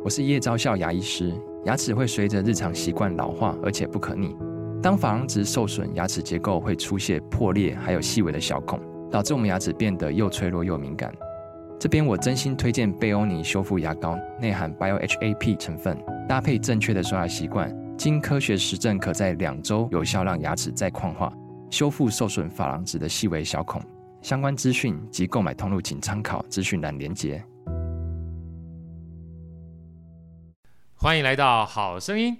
我是叶昭孝牙医师。牙齿会随着日常习惯老化，而且不可逆。当珐琅质受损，牙齿结构会出现破裂，还有细微的小孔，导致我们牙齿变得又脆弱又敏感。这边我真心推荐贝欧尼修复牙膏，内含 BioHAP 成分，搭配正确的刷牙习惯，经科学实证可在2周有效让牙齿再矿化，修复受损珐琅质的细微小孔。相关资讯及购买通路请参考资讯栏连结。 欢迎来到好声音。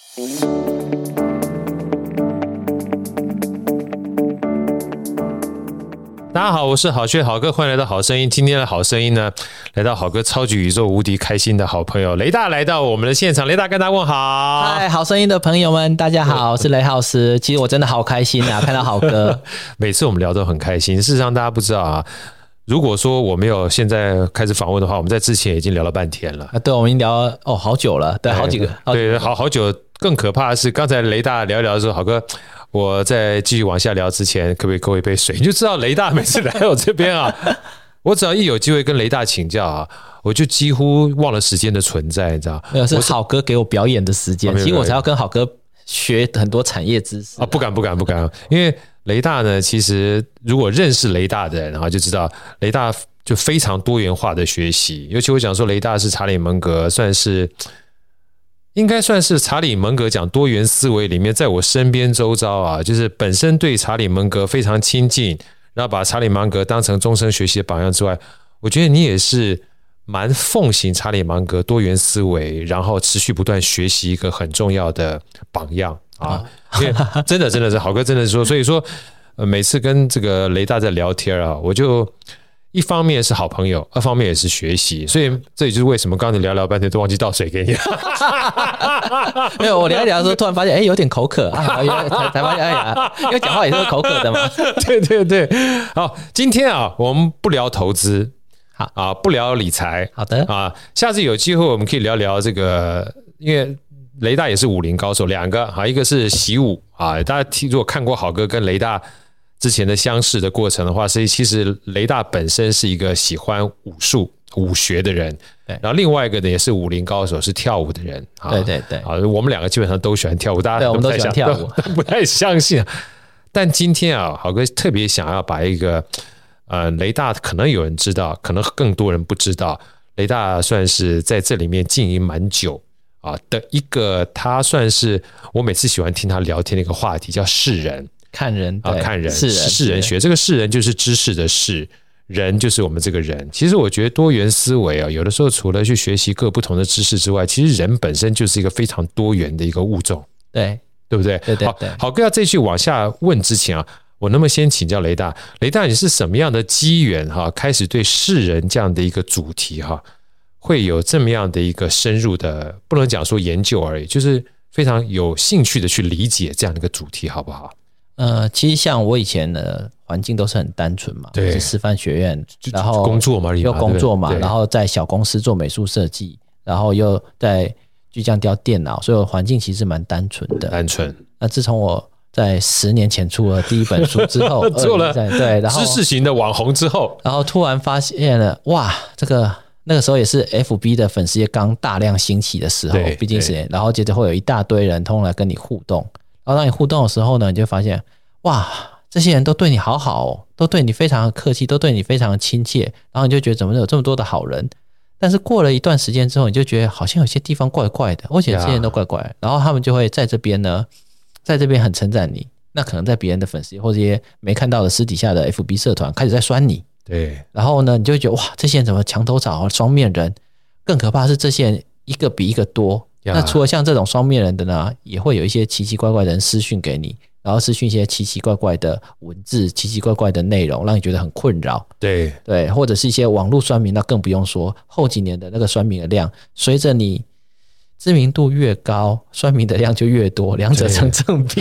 大家好，我是好学好哥，欢迎来到好声音。今天的好声音呢，来到好哥超级宇宙无敌开心的好朋友雷大来到我们的现场，雷大跟大家问好。 嗨，好声音的朋友们，大家好，我是雷浩斯。其实我真的好开心啊，看到好哥。 每次我们聊都很开心。事实上，大家不知道啊，如果说我没有现在开始访问的话，我们在之前已经聊了半天了。 对，我们已经聊了好久了，对，好几个， 对，好久。更可怕的是，刚才雷大聊一聊的时候，好哥，我在继续往下聊之前，可不可以给我一杯水？你就知道雷大每次来我这边啊，我只要一有机会跟雷大请教啊，我就几乎忘了时间的存在，你知道？ 没有，是好哥给我表演的时间，其实我才要跟好哥学很多产业知识啊！ 不敢，因为雷大呢，其实如果认识雷大的人啊，就知道雷大就非常多元化的学习，尤其我讲说雷大是查理蒙格，应该算是查理蒙格讲多元思维里面，在我身边周遭啊，就是本身对查理蒙格非常亲近，然后把查理蒙格当成终身学习的榜样之外，我觉得你也是蛮奉行查理蒙格多元思维，然后持续不断学习一个很重要的榜样啊。因为真的是好哥真的说，所以说每次跟这个雷大在聊天啊，我就一方面是好朋友，二方面也是学习，所以这也就是为什么刚才聊半天都忘记倒水给你。 没有，我聊一聊的时候突然发现，有点口渴啊，才发现，因为讲话也是口渴的嘛。 对，好，今天啊，我们不聊投资，好啊，不聊理财， 好的啊，下次有机会我们可以聊聊这个，因为雷大也是武林高手，两个啊，一个是习武啊，大家如果看过好哥跟雷大之前的相识的过程的话，所以其实雷大本身是一个喜欢武术武学的人，然后另外一个呢也是武林高手，是跳舞的人。 对啊，我们两个基本上都喜欢跳舞，大家我们都喜欢跳舞， 不太相信。但今天啊，好哥特别想要把一个雷大可能有人知道，可能更多人不知道，雷大算是在这里面经营蛮久啊的一个，他算是我每次喜欢听他聊天的一个话题，叫世人。 看人啊，看人，世人学，这个世人就是知识的世，人就是我们这个人。其实我觉得多元思维啊，有的时候除了去学习各不同的知识之外，其实人本身就是一个非常多元的一个物种， 对不对？ 对。 好，哥要这句往下问之前啊，我能不能先请教雷大？雷大，你是什么样的机缘哈，开始对世人这样的一个主题哈，会有这么样的一个深入的，不能讲说研究而已，就是非常有兴趣的去理解这样的一个主题，好不好？ 其实像我以前的环境都是很单纯嘛，是师范学院，然后工作嘛， 然后在小公司做美术设计，然后又在巨匠雕电脑，所以环境其实蛮单纯的。 单纯。 那自从我在10年前出了第一本书之后， 做了对，然后知识型的网红之后， 然后突然发现了，哇，那个时候也是 FB 的粉丝页刚大量兴起的时候，毕竟是，然后接着会有一大堆人通来跟你互动。然后当你互动的时候呢，你就发现哇，这些人都对你好好哦，都对你非常的客气，都对你非常的亲切，然后你就觉得怎么有这么多的好人。但是过了一段时间之后，你就觉得好像有些地方怪怪的，而且这些人都怪怪的，然后他们就会在这边很称赞你，那可能在别人的粉丝或者一些没看到的私底下的 FB 社团开始在酸你， 对， 然后呢，你就会觉得哇，这些人怎么墙头草双面人？更可怕的是这些人一个比一个多。那除了像这种双面人的呢，也会有一些奇奇怪怪的人私讯给你，然后私讯一些奇奇怪怪的文字、奇奇怪怪的内容，让你觉得很困扰。 对， 或者是一些网络酸民，那更不用说，后几年的那个酸民的量，随着你知名度越高，酸民的量就越多，两者成正比。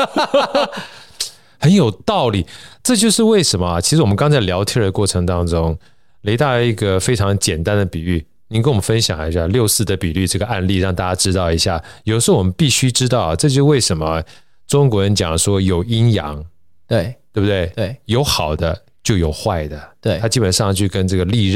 很有道理，这就是为什么其实我们刚才聊天的过程当中，雷大一个非常简单的比喻，您跟我们分享一下6:4的比率这个案例，让大家知道一下。有时候我们必须知道，这就是为什么中国人讲说有阴阳，对不对？ 对， 有好的就有坏的， 对， 它基本上就跟这个利刃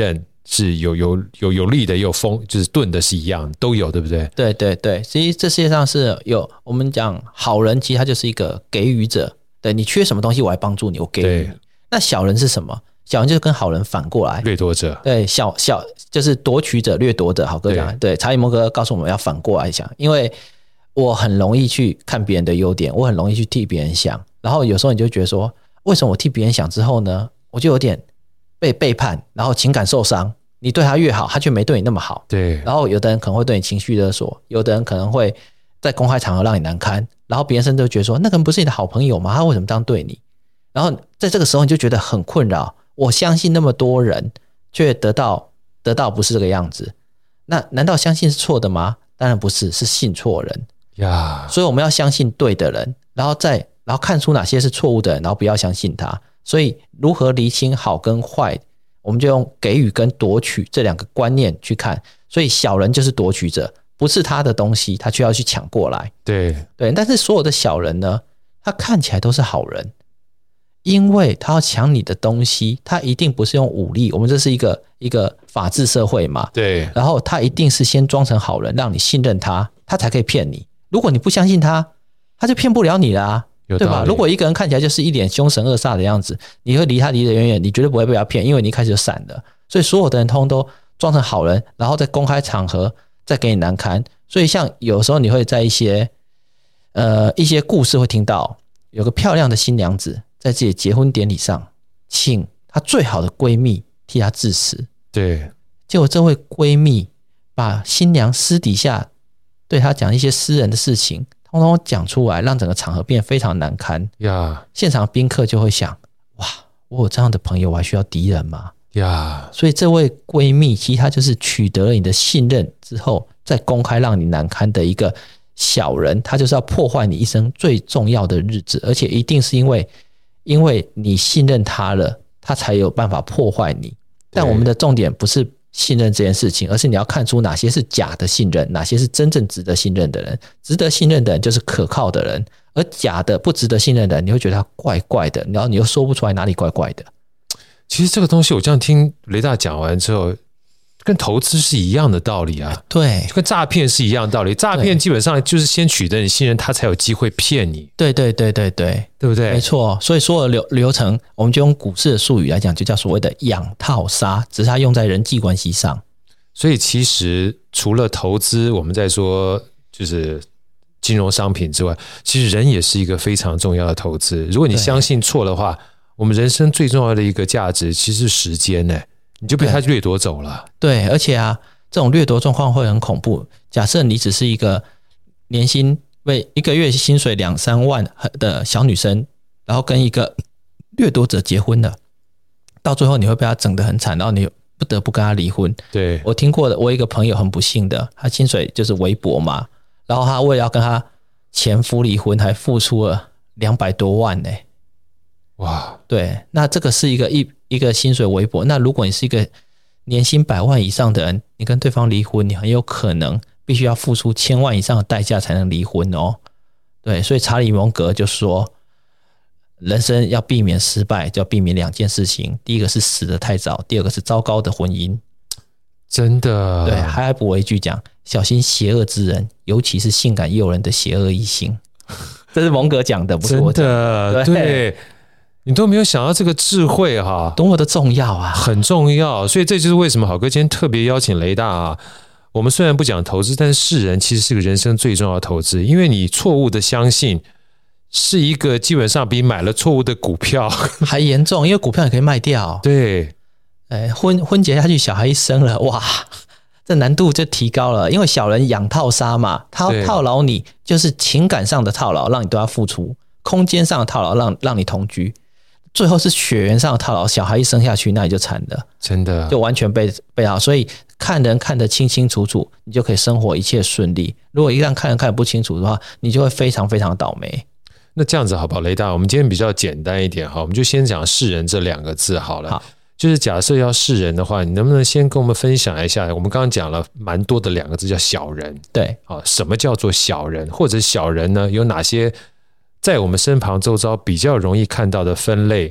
是有利的，也有就是钝的是一样，都有，对不对？ 对对对，其实这世界上是有我们讲好人，其实他就是一个给予者。对，你缺什么东西，我来帮助你，我给予你。那小人是什么？小人就是跟好人反过来， 掠夺者。 对，小就是夺取者、掠夺者。好哥讲，对，查理摩格告诉我们要反过来想，因为我很容易去看别人的优点，我很容易去替别人想，然后有时候你就觉得说，为什么我替别人想之后呢，我就有点被背叛，然后情感受伤。你对他越好，他却没对你那么好。 对， 然后有的人可能会对你情绪勒索，有的人可能会在公开场合让你难堪，然后别人甚至会觉得说，那个人不是你的好朋友吗？他为什么这样对你？然后在这个时候你就觉得很困扰。我相信那么多人，却得到不是这个样子。那难道相信是错的吗？当然不是，是信错人呀。 所以我们要相信对的人，然后看出哪些是错误的人，然后不要相信他。所以如何厘清好跟坏，我们就用给予跟夺取这两个观念去看。所以小人就是夺取者，不是他的东西，他却要去抢过来。 对， 但是所有的小人呢，他看起来都是好人。因为他要抢你的东西，他一定不是用武力，我们这是一个法治社会嘛， 对， 然后他一定是先装成好人，让你信任他，他才可以骗你。如果你不相信他，他就骗不了你啦，对吧？如果一个人看起来就是一脸凶神恶煞的样子，你会离他离得远远，你绝对不会被他骗，因为你一开始就闪了。所以所有的人通通都装成好人，然后在公开场合再给你难堪。所以像有时候你会在一些故事会听到，有个漂亮的新娘子在自己结婚典礼上，请她最好的闺蜜替她致辞。 对， 结果这位闺蜜把新娘私底下对她讲一些私人的事情，通通讲出来，让整个场合变得非常难堪呀。 现场宾客就会想：哇，我有这样的朋友，我还需要敌人吗？ 呀， 所以这位闺蜜其实她就是取得了你的信任之后，再公开让你难堪的一个小人，她就是要破坏你一生最重要的日子，而且一定是因为你信任他了，他才有办法破坏你。但我们的重点不是信任这件事情，而是你要看出哪些是假的信任，哪些是真正值得信任的人。值得信任的人就是可靠的人，而假的不值得信任的人，你会觉得他怪怪的，然后你又说不出来哪里怪怪的。 其实这个东西我这样听雷大讲完之后，跟投资是一样的道理啊， 对， 跟诈骗是一样的道理。诈骗基本上就是先取得你信任，他才有机会骗你。 对对对对对， 对不对？ 没错。所以所有的流程，我们就用股市的术语来讲，就叫所谓的养套杀，只是它用在人际关系上。 所以其实除了投资，我们在说就是金融商品之外，其实人也是一个非常重要的投资。如果你相信错的话，我们人生最重要的一个价值其实是时间呢，你就被他掠夺走了。 对，而且啊，这种掠夺状况会很恐怖。假设你只是一个年薪一个月薪水2-3万的小女生，然后跟一个掠夺者结婚了，到最后你会被他整得很惨，然后你不得不跟他离婚。 对， 我听过的，我一个朋友很不幸的，他薪水就是微薄嘛，然后他为了要跟他前夫离婚，还付出了200多万呢。 哇， 对，那这个是一个薪水微薄。那如果你是一个年薪100万以上的人，你跟对方离婚，你很有可能必须要付出1000万以上的代价才能离婚哦。对，所以查理蒙格就说，人生要避免失败，就要避免2件事情，第一个是死得太早，第二个是糟糕的婚姻。 真的。 对，还补了一句讲，小心邪恶之人，尤其是性感诱人的邪恶异性。这是蒙格讲的，不是我讲的。 对，你都没有想到这个智慧哈， 多么的重要啊， 很重要。所以这就是为什么好哥今天特别邀请雷大啊。我们虽然不讲投资，但是世人其实是个人生最重要的投资，因为你错误的相信是一个基本上比买了错误的股票还严重，因为股票也可以卖掉。 对， 婚结下去，小孩一生了，哇，这难度就提高了。因为小人养套杀嘛，他要套牢你，就是情感上的套牢，让你对他付出；空间上的套牢，让你同居。最后是血缘上的套牢，小孩一生下去，那你就惨了， 真的就完全被套。所以看人看得清清楚楚，你就可以生活一切顺利。如果一旦看人看得不清楚的话，你就会非常非常倒霉。 那这样子好不好，雷大？我们今天比较简单一点哈，我们就先讲世人这2个字好了。 好， 就是假设要世人的话，你能不能先跟我们分享一下？我们刚刚讲了蛮多的2个字叫小人， 对， 什么叫做小人？或者小人呢？有哪些在我们身旁周遭比较容易看到的分类？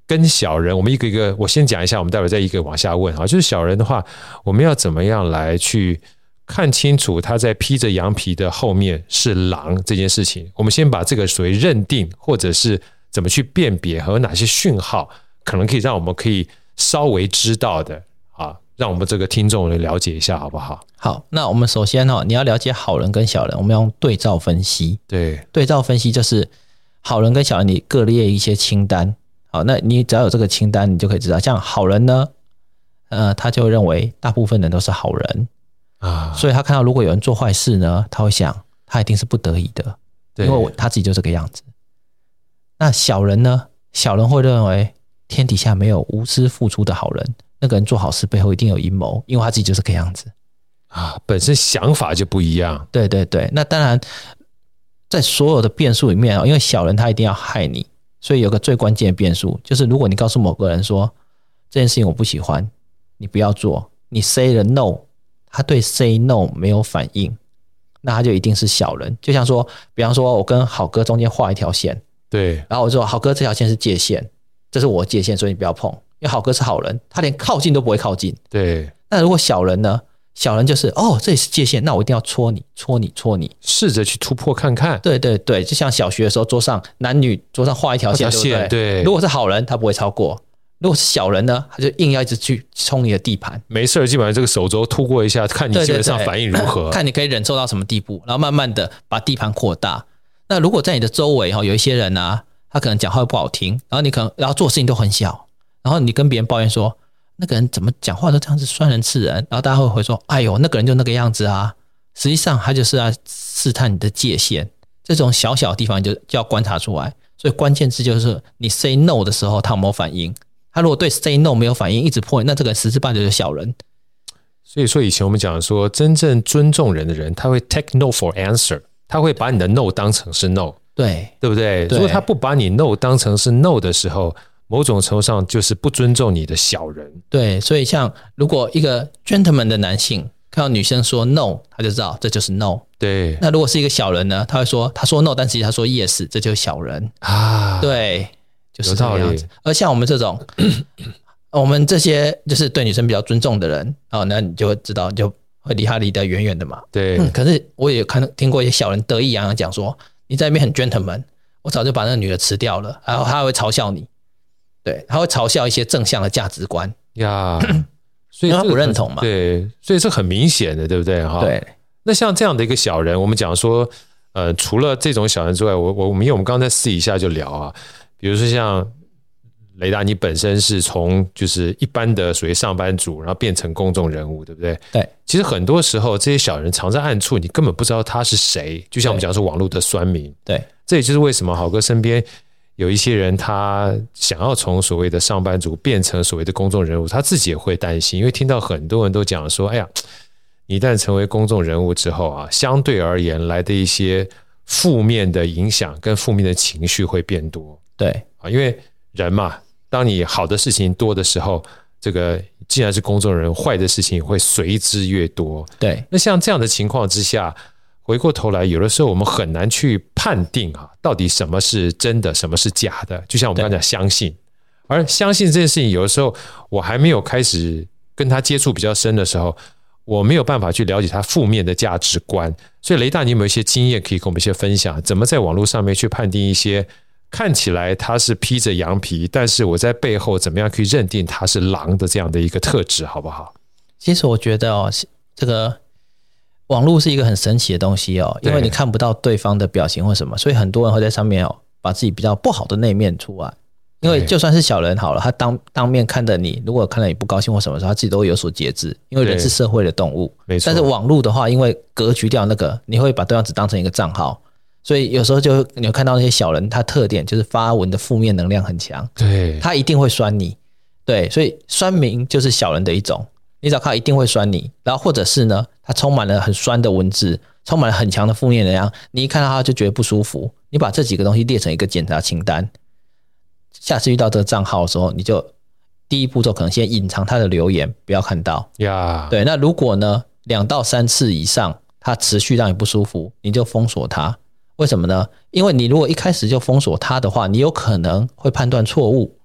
跟小人，我们一个一个，我先讲一下，我们待会再一个往下问啊。就是小人的话，我们要怎么样来去看清楚他在披着羊皮的后面是狼这件事情？我们先把这个所谓认定，或者是怎么去辨别和哪些讯号，可能可以让我们可以稍微知道的啊，让我们这个听众了解一下，好不好？ 好，那我们首先你要了解好人跟小人，我们要用对照分析。 对， 对照分析就是好人跟小人，你各列一些清单。好，那你只要有这个清单，你就可以知道，像好人呢，他就认为大部分人都是好人啊，所以他看到如果有人做坏事呢，他会想他一定是不得已的，因为他自己就这个样子。那小人呢？小人会认为天底下没有无私付出的好人，那个人做好事背后一定有阴谋，因为他自己就是这个样子啊，本身想法就不一样。 对对对，那当然在所有的变数里面，因为小人他一定要害你。所以有个最关键的变数，就是如果你告诉某个人说这件事情我不喜欢，你不要做，你 say 了 no， 他对 say no 没有反应，那他就一定是小人。就像说，比方说我跟好哥中间画一条线， 对， 然后我说好哥这条线是界限，这是我的界限，所以你不要碰，因为好哥是好人，他连靠近都不会靠近。 对， 那如果小人呢？小人就是这里是界限，那我一定要戳你， 试着去突破看看。 对对对，就像小学的时候，男女桌上画一条线，对不对？ 对。 如果是好人，他不会超过；如果是小人呢，他就硬要一直去冲你的地盘。 没事，基本上这个手肘突过一下，看你基本上反应如何， 看你可以忍受到什么地步，然后慢慢的把地盘扩大。那如果在你的周围有一些人啊，他可能讲话不好听，然后你然后做事情都很小，然后你跟别人抱怨说，那个人怎么讲话都这样子酸人刺人，然后大家会说，哎呦，那个人就那个样子啊。实际上他就是要试探你的界限，这种小小的地方就要观察出来。所以关键字就是你 say no 的时候他有没有反应，他如果对 say no 没有反应一直破，那这个十之八九就是小人。 所以说以前我们讲说真正尊重人的人，他会 take no for answer， 他会把你的 no 当成是 no， 对不对？如果他不把你 no 当成是 no 的时候，某种程度上就是不尊重你的小人。 对，所以像如果一个 gentleman 的男性看到女生说 no， 他就知道这就是 no。 对，那如果是一个小人呢，他说 no， 但其实他说 yes， 这就是小人啊。对，就是这个样子。而像我们这种，我们这些就是对女生比较尊重的人，那你就会知道，就会离他离得远远的嘛。 对， 可是我也听过一些小人得意洋洋讲说，你在那边很 gentleman， 我早就把那个女的吃掉了，然后他会嘲笑你。对，他会嘲笑一些正向的价值观呀，所以他不认同嘛。 对，所以这很明显的，对不对？ 对。 那像这样的一个小人，我们讲说，除了这种小人之外，我们刚刚在私底下就聊啊，比如说像雷达，你本身是从就是一般的属于上班族，然后变成公众人物，对不对？ 对。 其实很多时候，这些小人藏在暗处，你根本不知道他是谁。就像我们讲说网络的酸民， 对， 这也就是为什么好哥身边有一些人，他想要从所谓的上班族变成所谓的公众人物，他自己也会担心，因为听到很多人都讲说，哎呀，你一旦成为公众人物之后啊，相对而言来的一些负面的影响跟负面的情绪会变多。 对啊，因为人嘛，当你好的事情多的时候，这个既然是公众人物，坏的事情会随之越多。 对， 那像这样的情况之下，回过头来，有的时候我们很难去判定啊，到底什么是真的，什么是假的。就像我们刚才讲相信，而相信这件事情，有的时候我还没有开始跟他接触比较深的时候，我没有办法去了解他负面的价值观。所以雷大，你有没有一些经验可以跟我们一些分享？怎么在网络上面去判定一些看起来他是披着羊皮，但是我在背后怎么样去认定他是狼的这样的一个特质，好不好？ 其实我觉得这个网络是一个很神奇的东西因为你看不到对方的表情或什么，所以很多人会在上面把自己比较不好的那一面出来。因为就算是小人好了，他当面看着你，如果看到你不高兴或什么时候，他自己都会有所节制，因为人是社会的动物。没错。但是网络的话，因为隔绝掉那个，你会把对方只当成一个账号，所以有时候你会看到那些小人，他特点就是发文的负面能量很强。对，他一定会酸你。对，所以酸民就是小人的一种。你找他一定会酸你，然后或者是呢，他充满了很酸的文字，充满了很强的负面能量，你一看到他就觉得不舒服。你把这几个东西列成一个检查清单，下次遇到这个账号的时候，你就第一步骤可能先隐藏他的留言，不要看到。对，那如果呢2到3次以上，他持续让你不舒服，你就封锁他。为什么呢？因为你如果一开始就封锁他的话，你有可能会判断错误。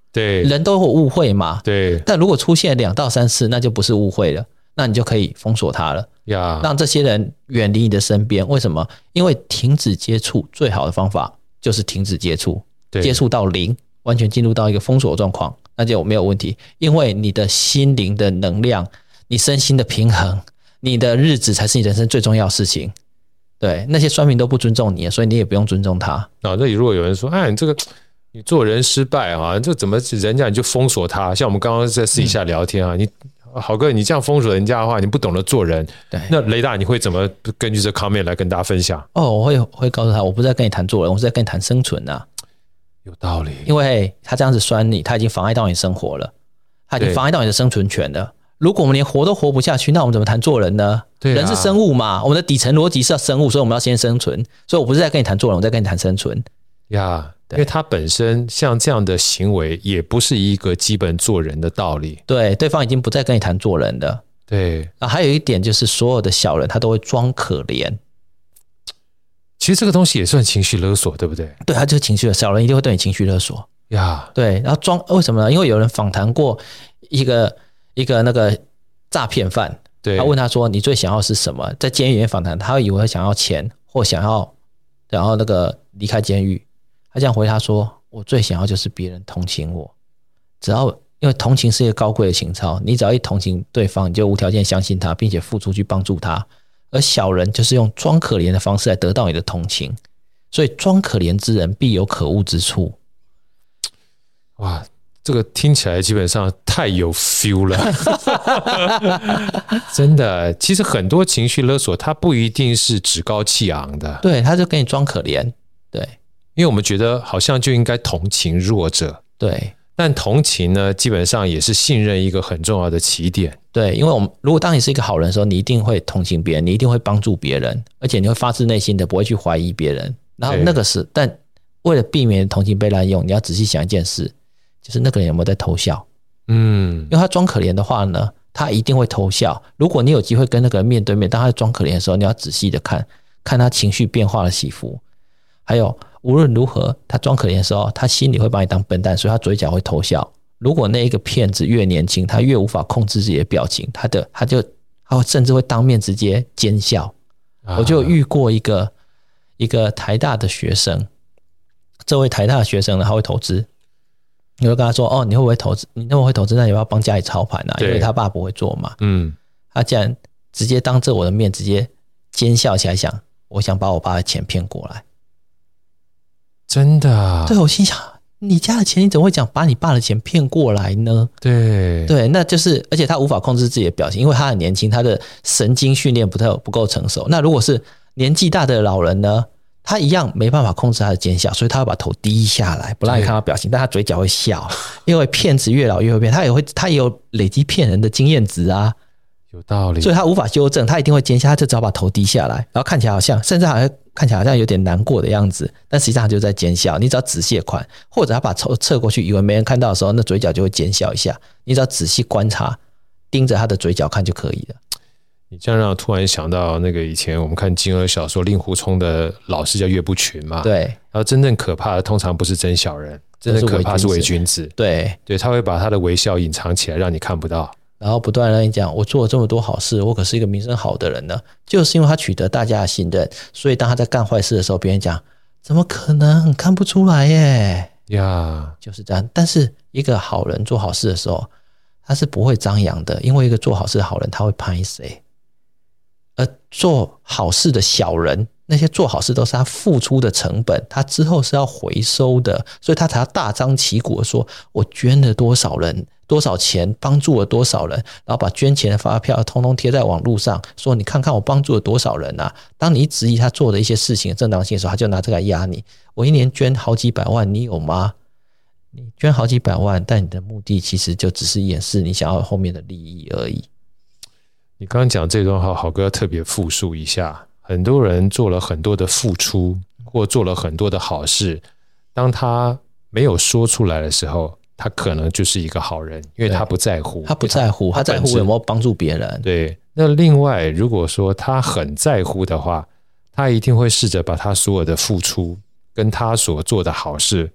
对， 人都有误会嘛。 对， 但如果出现2到3次，那就不是误会了，那你就可以封锁他了，让这些人远离你的身边。为什么？因为停止接触最好的方法就是停止接触，接触到0，完全进入到一个封锁状况，那就没有问题。因为你的心灵的能量，你身心的平衡，你的日子才是你人生最重要的事情。对，那些酸民都不尊重你，所以你也不用尊重他。 那如果有人说，哎，你这个你做人失败啊，这怎么人家你就封锁他？像我们刚刚在私底下聊天啊，你好哥，你这样封锁人家的话，你不懂得做人。对，那雷大你会怎么根据这 comment 来跟大家分享？ 我会告诉他，我不是在跟你谈做人，我是在跟你谈生存啊。 有道理， 因为他这样子酸你，他已经妨碍到你生活了，他已经妨碍到你的生存权了。如果我们连活都活不下去，那我们怎么谈做人呢？对啊，人是生物嘛，我们的底层逻辑是要生物，所以我们要先生存。所以我不是在跟你谈做人，我在跟你谈生存呀。因为他本身像这样的行为，也不是一个基本做人的道理。 对，对方已经不再跟你谈做人了。 对， 还有一点就是，所有的小人他都会装可怜。 其实这个东西也算情绪勒索，对不对？ 对，他就是情绪勒索，小人一定会对你情绪勒索呀。 对，然后为什么呢？因为有人访谈过一个那个诈骗犯，对，他问他说：“你最想要是什么？”在监狱里面访谈，他会以为想要钱或想要那个离开监狱。他这样回答说：“我最想要就是别人同情我，因为同情是一个高贵的情操，你只要一同情对方，你就无条件相信他，并且付出去帮助他。而小人就是用装可怜的方式来得到你的同情，所以装可怜之人必有可恶之处。” 哇，这个听起来基本上太有 feel 了。真的，其实很多情绪勒索它不一定是趾高气昂的， 对，他就给你装可怜。对， 因为我们觉得好像就应该同情弱者， 对， 但同情呢，基本上也是信任一个很重要的起点。 对，因为如果当你是一个好人的时候，你一定会同情别人，你一定会帮助别人，而且你会发自内心的不会去怀疑别人。然后但为了避免同情被滥用，你要仔细想一件事，就是那个人有没有在偷笑。因为他装可怜的话呢，他一定会偷笑。如果你有机会跟那个人面对面，当他装可怜的时候，你要仔细的看他情绪变化的起伏。还有无论如何，他装可怜的时候，他心里会把你当笨蛋，所以他嘴角会偷笑。如果那一个骗子越年轻，他越无法控制自己的表情，他甚至会当面直接奸笑。我就遇过一个台大的学生，这位台大的学生呢，他会投资。你会跟他说：“哦，你会不会投资？你那么会投资，那你要帮家里操盘啊？”因为他爸不会做嘛。他竟然直接当着我的面直接奸笑起来，我想把我爸的钱骗过来。 真的啊？ 对，我心想，你家的钱你怎么会讲把你爸的钱骗过来呢？对，那就是而且他无法控制自己的表情，因为他很年轻，他的神经训练不够成熟。那如果是年纪大的老人呢，他一样没办法控制他的奸笑，所以他会把头低下来，不让你看到表情，但他嘴角会笑。因为骗子越老越会骗，他也有累积骗人的经验值啊。 有道理， 所以他无法纠正，他一定会奸笑，他就只好把头低下来，然后看起来好像有点难过的样子，但实际上他就在奸笑。你只要仔细看，或者他把头侧过去，以为没人看到的时候，那嘴角就会奸笑一下。你只要仔细观察，盯着他的嘴角看就可以了。 你这样让我突然想到那个以前我们看金庸小说，令狐冲的老师叫岳不群嘛。 对， 然后真正可怕的通常不是真小人，真正可怕是伪君子。对，他会把他的微笑隐藏起来，让你看不到。 然后不断让你讲，我做了这么多好事，我可是一个名声好的人呢。就是因为他取得大家的信任，所以当他在干坏事的时候，别人讲怎么可能看不出来耶呀，就是这样。但是一个好人做好事的时候，他是不会张扬的，因为一个做好事的好人他会拍谁，而做好事的小人，那些做好事都是他付出的成本，他之后是要回收的，所以他才要大张旗鼓的说我捐了多少人多少钱，帮助了多少人，然后把捐钱的发票通通贴在网络上，说你看看我帮助了多少人啊。当你一质疑他做的一些事情的正当性的时候，他就拿这个来压你。我一年捐好几百万，你有吗？你捐好几百万，但你的目的其实就只是掩饰你想要后面的利益而已。 你刚刚讲这段话，好哥要特别复述一下。很多人做了很多的付出，或做了很多的好事，当他没有说出来的时候，他可能就是一个好人，因为他不在乎，他在乎有没有帮助别人。对，那另外如果说他很在乎的话，他一定会试着把他所有的付出跟他所做的好事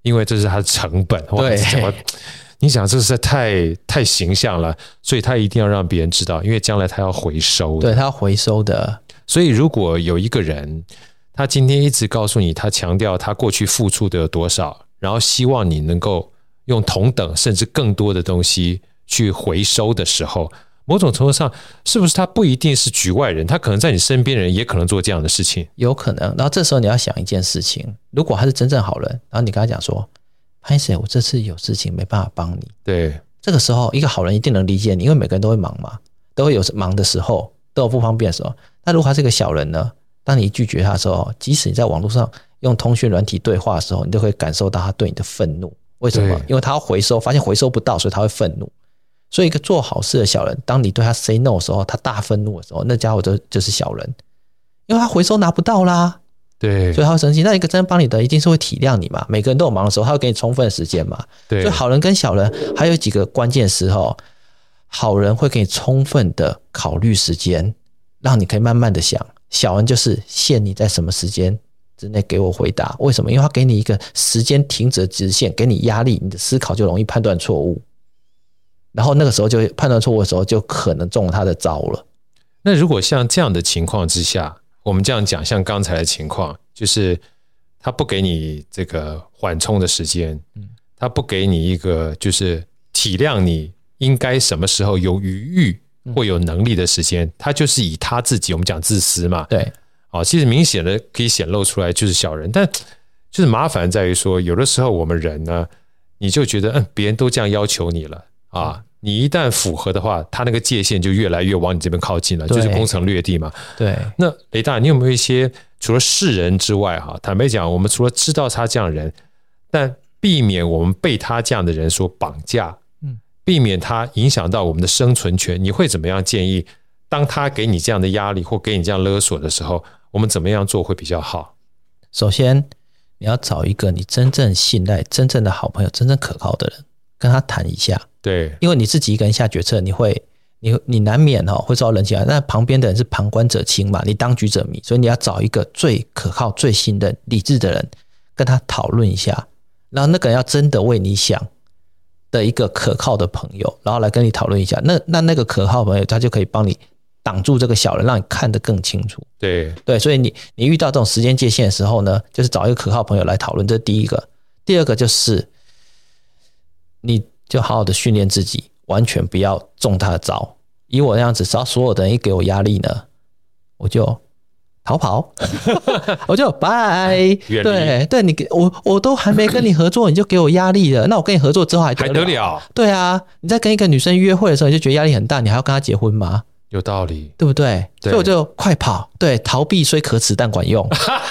因为这是他的成本。 对， 你想这是太形象了，所以他一定要让别人知道，因为将来他要回收的。 对，他要回收的。 所以如果有一个人，他今天一直告诉你，他强调他过去付出的有多少，然后希望你能够用同等甚至更多的东西去回收的时候，某种程度上是不是他不一定是局外人，他可能在你身边的人也可能做这样的事情？ 有可能。然后这时候你要想一件事情，如果他是真正好人，然后你跟他讲说，拍谁，我这次有事情没办法帮你。 对， 这个时候一个好人一定能理解你，因为每个人都会忙嘛，都会有忙的时候，都有不方便的时候。那如果他是个小人呢，当你拒绝他的时候，即使你在网络上用通讯软体对话的时候，你都会感受到他对你的愤怒。为什么？因为他要回收，发现回收不到，所以他会愤怒。所以一个做好事的小人，当你对他 say no 的时候，他大愤怒的时候，那家伙就是小人，因为他回收拿不到啦。 对， 所以他会生气。那一个真正帮你的一定是会体谅你嘛，每个人都有忙的时候，他会给你充分的时间嘛。 对， 所以好人跟小人还有几个关键时候，好人会给你充分的考虑时间，让你可以慢慢的想。小人就是限你在什么时间之内给我回答。为什么？因为他给你一个时间停止的直线，给你压力，你的思考就容易判断错误。然后那个时候就判断错误的时候，就可能中了他的招了。 那如果像这样的情况之下，我们这样讲，像刚才的情况，就是他不给你这个缓冲的时间，他不给你一个就是体谅你应该什么时候有余裕或有能力的时间，他就是以他自己，我们讲自私嘛， 对， 其实明显的可以显露出来就是小人，但就是麻烦在于说，有的时候我们人呢，你就觉得别人都这样要求你了啊。你一旦符合的话，他那个界限就越来越往你这边靠近了，就是攻城略地嘛。 对。 那雷大，你有没有一些除了世人之外，坦白讲，我们除了知道他这样的人，但避免我们被他这样的人所绑架，避免他影响到我们的生存权，你会怎么样建议？当他给你这样的压力或给你这样勒索的时候，我们怎么样做会比较好？ 首先，你要找一个你真正信赖、真正的好朋友、真正可靠的人，跟他谈一下。 对， 因为你自己一个人下决策，你难免会受到人情，那旁边的人是旁观者清嘛，你当局者迷，所以你要找一个最可靠、最信任、理智的人，跟他讨论一下，然后那个人要真的为你想的一个可靠的朋友，然后来跟你讨论一下，那个可靠的朋友他就可以帮你挡住这个小人，让你看得更清楚。 对， 所以你遇到这种时间界限的时候呢，就是找一个可靠朋友来讨论，这是第一个。第二个就是你就好好的训练自己，完全不要中他的招。以我那样子，只要所有的人一给我压力呢，我就逃跑，我就拜。对，我都还没跟你合作，你就给我压力了。那我跟你合作之后还得了？对啊，你在跟一个女生约会的时候，你就觉得压力很大，你还要跟她结婚吗？ 有道理， 对不对？所以我就快跑。对，逃避虽可耻但管用。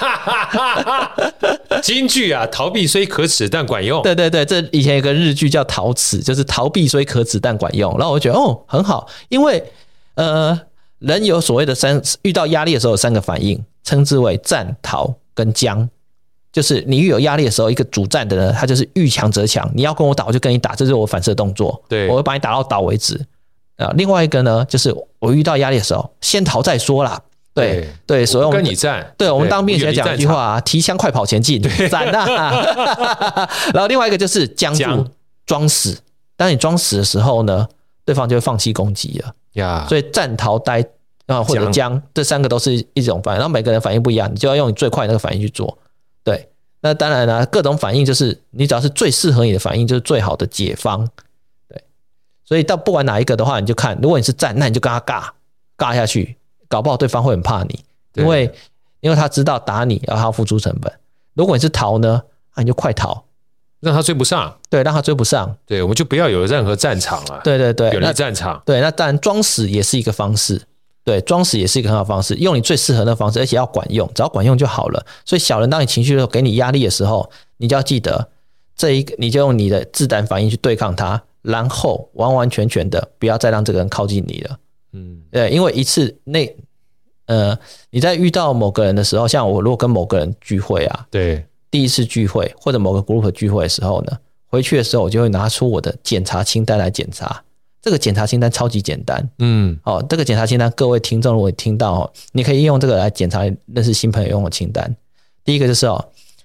金句啊，逃避虽可耻但管用。 对，这以前有个日剧叫《逃耻》，就是逃避虽可耻但管用。然后我就觉得很好，因为人有所谓的遇到压力的时候有3个反应，称之为战、逃跟僵。就是你遇有压力的时候，一个主战的人他就是遇强则强，你要跟我打我就跟你打，这是我反射动作。对，我会把你打到倒为止。另外一个呢，就是我遇到压力的时候，先逃再说啦。对，所以我们跟你战。 对，我们当兵前讲一句话提枪快跑前进，战啊！然后另外一个就是僵住，装死。当你装死的时候呢，对方就会放弃攻击了。所以战、逃、呆或者僵，这3个都是一种反应。然后每个人反应不一样，你就要用你最快的那个反应去做。对，那当然了，各种反应就是你只要是最适合你的反应，就是最好的解方。所以到不管哪一个的话，你就看，如果你是战，那你就跟他尬下去，搞不好对方会很怕你，因为他知道打你，然后他要付出成本。如果你是逃呢，你就快逃， 让他追不上。 对，让他追不上。 对，我们就不要有任何战场了。 对， 远离战场。 对，那当然装死也是一个方式。对，装死也是一个很好的方式，用你最适合的方式，而且要管用，只要管用就好了。所以小人当你情绪给你压力的时候，你就要记得你就用你的自然反应去对抗他。然后完完全全的不要再让这个人靠近你了。对，因为一次你在遇到某个人的时候，像我如果跟某个人聚会啊，对，第一次聚会或者某个 group 聚会的时候呢，回去的时候我就会拿出我的检查清单来检查。这个检查清单超级简单。这个检查清单各位听众如果听到，你可以用这个来检查认识新朋友用的清单。第一个就是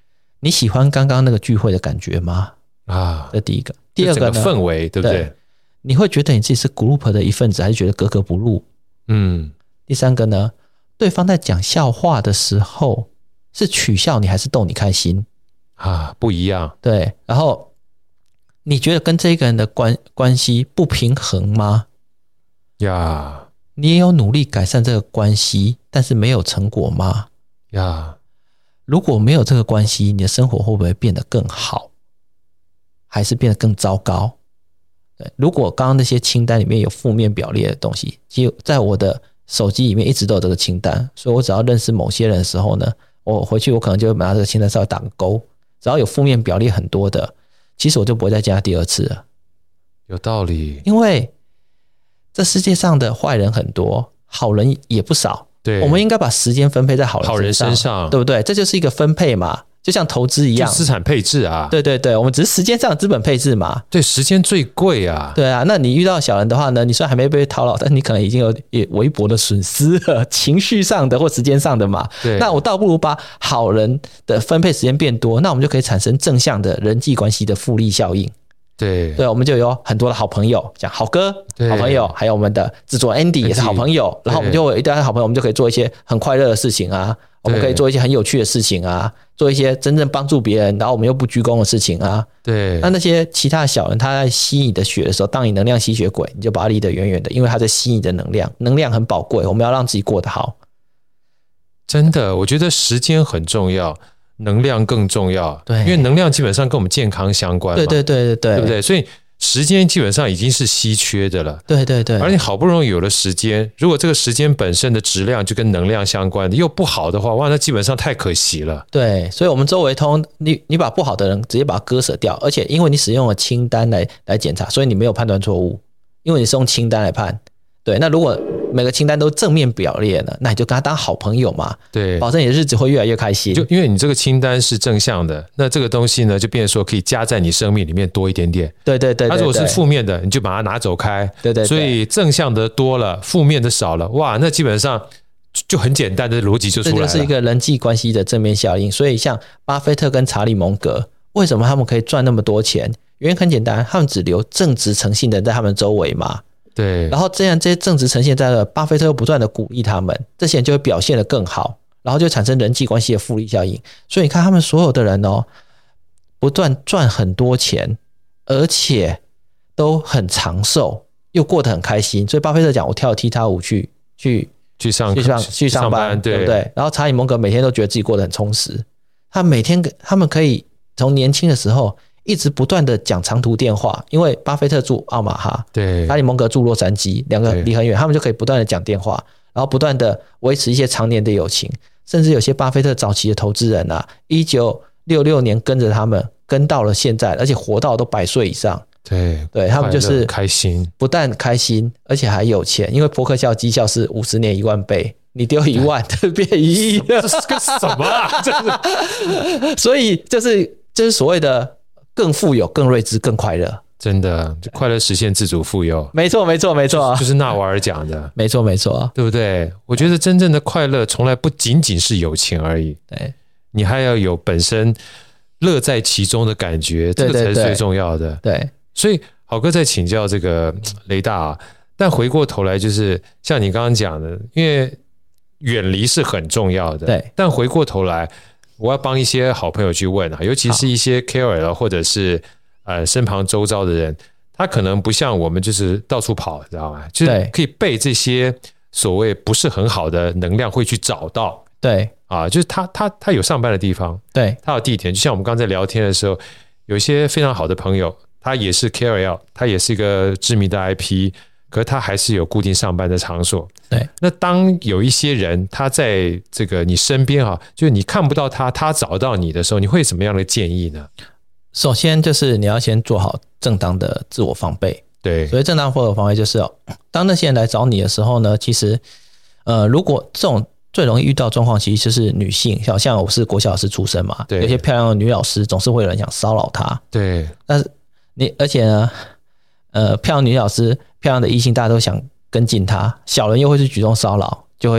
你喜欢刚刚那个聚会的感觉吗？这第一个。第二个呢， 整个氛围对不对？ 你会觉得你自己是 group 的一份子，还是觉得格格不入？第三个呢，对方在讲笑话的时候是取笑你还是逗你开心？ 不一样。 对，然后你觉得跟这个人的关系不平衡吗？你也有努力改善这个关系，但是没有成果吗？如果没有这个关系，你的生活会不会变得更好，还是变得更糟糕？对，如果刚刚那些清单里面有负面表列的东西，其实在我的手机里面一直都有这个清单，所以我只要认识某些人的时候呢，我回去我可能就会拿这个清单稍微打个勾，只要有负面表列很多的，其实我就不会再加第二次了。 有道理， 因为这世界上的坏人很多，好人也不少。 对， 我们应该把时间分配在好人身上，对不对？这就是一个分配嘛，就像投资一样， 就资产配置啊。 对对对，我们只是时间上的资本配置嘛。 对，时间最贵啊。 对啊，那你遇到小人的话呢，你虽然还没被套牢，但你可能已经有微薄的损失了，情绪上的或时间上的嘛。 对， 那我倒不如把好人的分配时间变多，那我们就可以产生正向的人际关系的复利效应。 对， 我们就有很多的好朋友，像好哥好朋友，还有我们的制作 Andy 也是好朋友，然后我们就有一堆好朋友，我们就可以做一些很快乐的事情啊，我们可以做一些很有趣的事情啊，做一些真正帮助别人，然后我们又不居功的事情啊。 对， 那些其他的小人，他在吸你的血的时候，当你能量吸血鬼，你就把他离得远远的，因为他在吸你的能量，能量很宝贵，我们要让自己过得好。 真的，我觉得时间很重要，能量更重要。对，因为能量基本上跟我们健康相关嘛。对不对？所以时间基本上已经是稀缺的了。对，而且好不容易有了时间，如果这个时间本身的质量就跟能量相关的又不好的话，哇，那基本上太可惜了。对，所以我们周围通你把不好的人直接把它割舍掉，而且因为你使用了清单来检查，所以你没有判断错误，因为你是用清单来判。对，那如果每个清单都正面表列呢，那你就跟他当好朋友嘛，对，保证你的日子会越来越开心。就因为你这个清单是正向的，那这个东西呢，就变成说可以加在你生命里面多一点点。对，它如果是负面的，你就把它拿走开。对，所以正向的多了，负面的少了，哇，那基本上就很简单的逻辑就出来了。这就是一个人际关系的正面效应。所以像巴菲特跟查理蒙格，为什么他们可以赚那么多钱？原因很简单，他们只留正直诚信的人在他们周围嘛。对，然后这些正直呈现在了，巴菲特又不断的鼓励他们，这些人就会表现得更好，然后就产生人际关系的复利效应。所以你看他们所有的人不断赚很多钱，而且都很长寿，又过得很开心。所以巴菲特讲，我跳踢踏舞去上班，对不对？然后查理蒙格每天都觉得自己过得很充实，他们可以从年轻的时候一直不断的讲长途电话，因为巴菲特住奥马哈，对，查理蒙格住洛杉矶，两个离很远，他们就可以不断的讲电话，然后不断的维持一些常年的友情。甚至有些巴菲特早期的投资人1966年跟着他们跟到了现在，而且活到都100岁以上。对，他们就是开心，不但开心，而且还有钱，因为波克夏绩效是50年1万倍，你丢1万就变1亿了，这是个什么啊？所以就是所谓的更富有、更睿智、更快乐。真的，就快乐实现自主富有。没错，就是纳瓦尔讲的。没错，对不对？我觉得真正的快乐从来不仅仅是有钱而已。对，你还要有本身乐在其中的感觉，这个才是最重要的。对，所以好哥在请教这个雷大啊，但回过头来就是像你刚刚讲的，因为远离是很重要的。对，但回过头来，我要帮一些好朋友去问啊，尤其是一些 KOL 或者是身旁周遭的人，他可能不像我们就是到处跑，知道吗？就是可以被这些所谓不是很好的能量会去找到。对啊，就是他有上班的地方，对，他有地点。就像我们刚才聊天的时候，有一些非常好的朋友，他也是 KOL， 他也是一个知名的 IP， 可是他还是有固定上班的场所。对，那当有一些人他在这个你身边就是你看不到他找到你的时候，你会有什么样的建议呢？首先就是你要先做好正当的自我防备。对，所以正当自我防备就是当那些人来找你的时候呢，其实如果这种最容易遇到状况其实就是女性，像我是国小老师出身嘛，有些漂亮的女老师总是会有人想骚扰她。对，但是而且呢漂亮女老师、漂亮的异性大家都想跟进她，小人又会去举动骚扰，就会有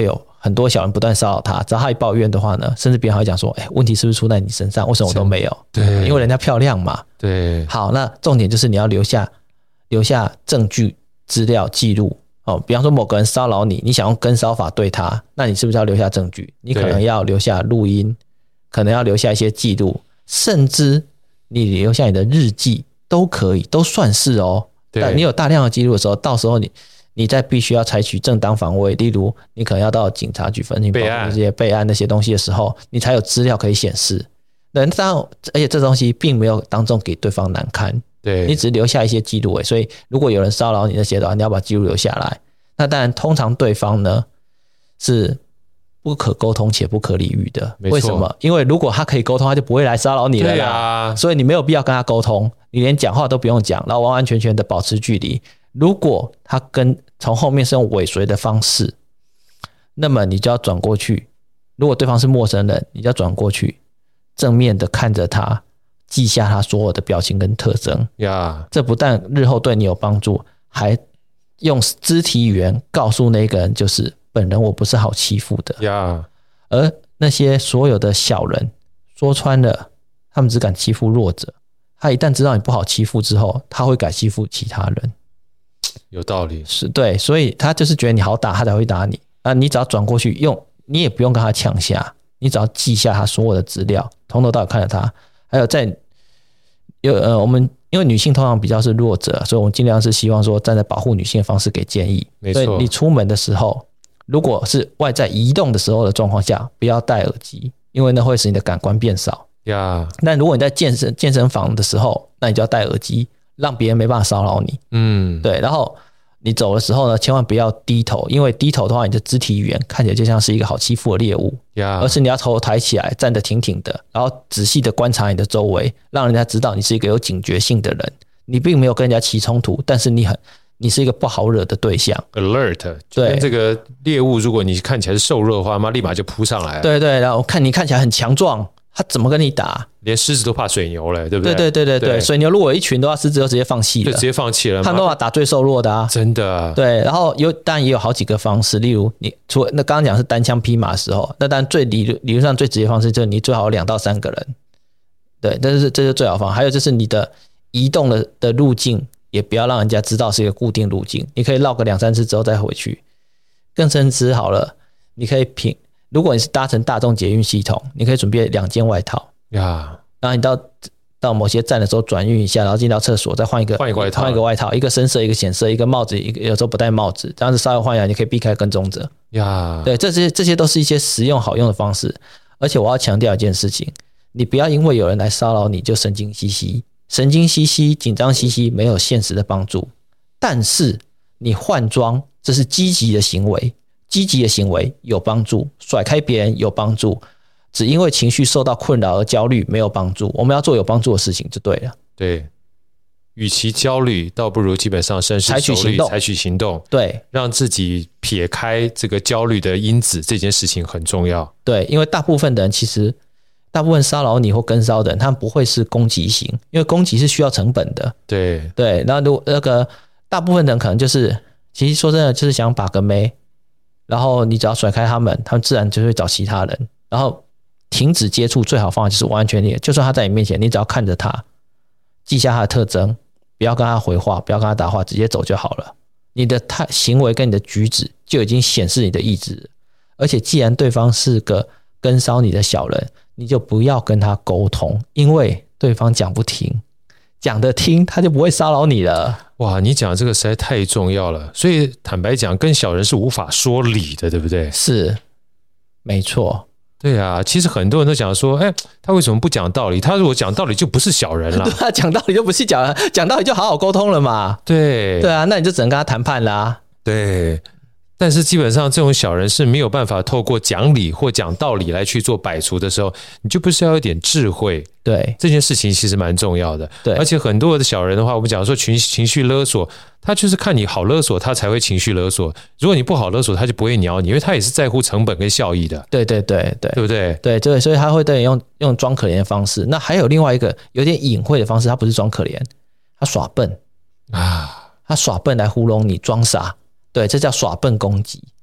很多小人不断骚扰他，只要他一抱怨的话呢，甚至别人还会讲说，问题是不是出在你身上？为什么我都没有？ 对， 因为人家漂亮嘛。 对， 好，那重点就是你要留下证据、资料、记录。比方说某个人骚扰你，你想用跟骚法对他，那你是不是要留下证据？你可能要留下录音，可能要留下一些记录，甚至你留下你的日记都可以，都算是哦。但你有大量的记录的时候，到时候你再必须要采取正当防卫，例如你可能要到警察局分备案这些备案那些东西的时候，你才有资料可以显示。而且这东西并没有当众给对方难堪， 对， 你只是留下一些记录。所以如果有人骚扰你那些的话，你要把记录留下来。那当然，通常对方呢是不可沟通且不可理喻的。为什么？因为如果他可以沟通，他就不会来骚扰你了啦。对啊，所以你没有必要跟他沟通，你连讲话都不用讲，然后完完全全的保持距离。如果他从后面是用尾随的方式，那么你就要转过去。如果对方是陌生人，你就要转过去，正面的看着他，记下他所有的表情跟特征。这不但日后对你有帮助，还用肢体语言告诉那个人，就是本人我不是好欺负的。而那些所有的小人，说穿了，他们只敢欺负弱者。他一旦知道你不好欺负之后，他会改欺负其他人。 有道理， 是对，所以他就是觉得你好打，他才会打你。你只要转过去你也不用跟他呛下，你只要记下他所有的资料，从头到尾看着他。还有我们因为女性通常比较是弱者，所以我们尽量是希望说站在保护女性的方式给建议。 没错， 所以你出门的时候，如果是外在移动的时候的状况下，不要戴耳机，因为那会使你的感官变少。那如果你在健身房的时候，那你就要戴耳机，让别人没办法骚扰你。对，然后你走的时候呢，千万不要低头，因为低头的话，你的肢体语言看起来就像是一个好欺负的猎物，而是你要头抬起来，站得挺挺的，然后仔细的观察你的周围，让人家知道你是一个有警觉性的人。你并没有跟人家起冲突，但是你是一个不好惹的对象 ，alert。对，这个猎物，如果你看起来是瘦弱的话，立马就扑上来了。 对，然后看你看起来很强壮，他怎么跟你打？ 连狮子都怕水牛了，对不对？ 对，水牛如果有一群的话，狮子就直接放弃了， 就直接放弃了。 他都要打最瘦弱的啊，真的。 对，然后当然也有好几个方式，例如除了那刚刚讲是单枪匹马的时候，那当然理论上最直接的方式就是你最好有2到3个人，对，这是最好方法。还有就是你的移动的路径也不要让人家知道是一个固定路径，你可以绕个2、3次之后再回去。更甚至好了，你可以如果你是搭乘大众捷运系统，你可以准备2件外套。然后你到某些站的时候转运一下，然后进到厕所再换一个外套，一个深色一个浅色，一个帽子有时候不戴帽子，这样子稍微换一下，你可以避开跟踪者。对，这些都是一些实用好用的方式。而且我要强调一件事情，你不要因为有人来骚扰你就神经兮兮、紧张兮兮，没有现实的帮助。但是你换装，这是积极的行为有帮助，甩开别人有帮助。只因为情绪受到困扰而焦虑没有帮助，我们要做有帮助的事情就对了。 对，与其焦虑，倒不如基本上深思熟虑，采取行动。 对， 让自己撇开这个焦虑的因子，这件事情很重要。 对，因为大部分骚扰你或跟骚的人，他们不会是攻击型，因为攻击是需要成本的。 对， 然后大部分人可能就是其实说真的就是想把个妹，然后你只要甩开他们自然就会找其他人，然后停止接触最好方法就是完全就算他在你面前，你只要看着他，记下他的特征，不要跟他回话，不要跟他打话，直接走就好了。你的行为跟你的举止就已经显示你的意志了。而且既然对方是个跟骚你的小人，你就不要跟他沟通，因为对方讲不听，讲得听他就不会骚扰你了。 哇，你讲这个实在太重要了。所以坦白讲，跟小人是无法说理的，对不对？ 是，没错。 对啊，其实很多人都讲说，他为什么不讲道理？他如果讲道理就不是小人了。 对啊，讲道理就不是小人，讲道理就好好沟通了嘛。 对啊，那你就只能跟他谈判啦。 对，但是基本上这种小人是没有办法透过讲理或讲道理来去做摆除的时候，你就不是要有点智慧。 对， 这件事情其实蛮重要的。 对， 而且很多的小人的话，我们讲说情绪勒索，他就是看你好勒索，他才会情绪勒索。如果你不好勒索，他就不会鸟你，因为他也是在乎成本跟效益的。 对，对不对？ 对，所以他会对你用装可怜的方式。那还有另外一个有点隐晦的方式，他不是装可怜，他耍笨啊，他耍笨来糊弄你，装傻。对，这叫耍笨攻击。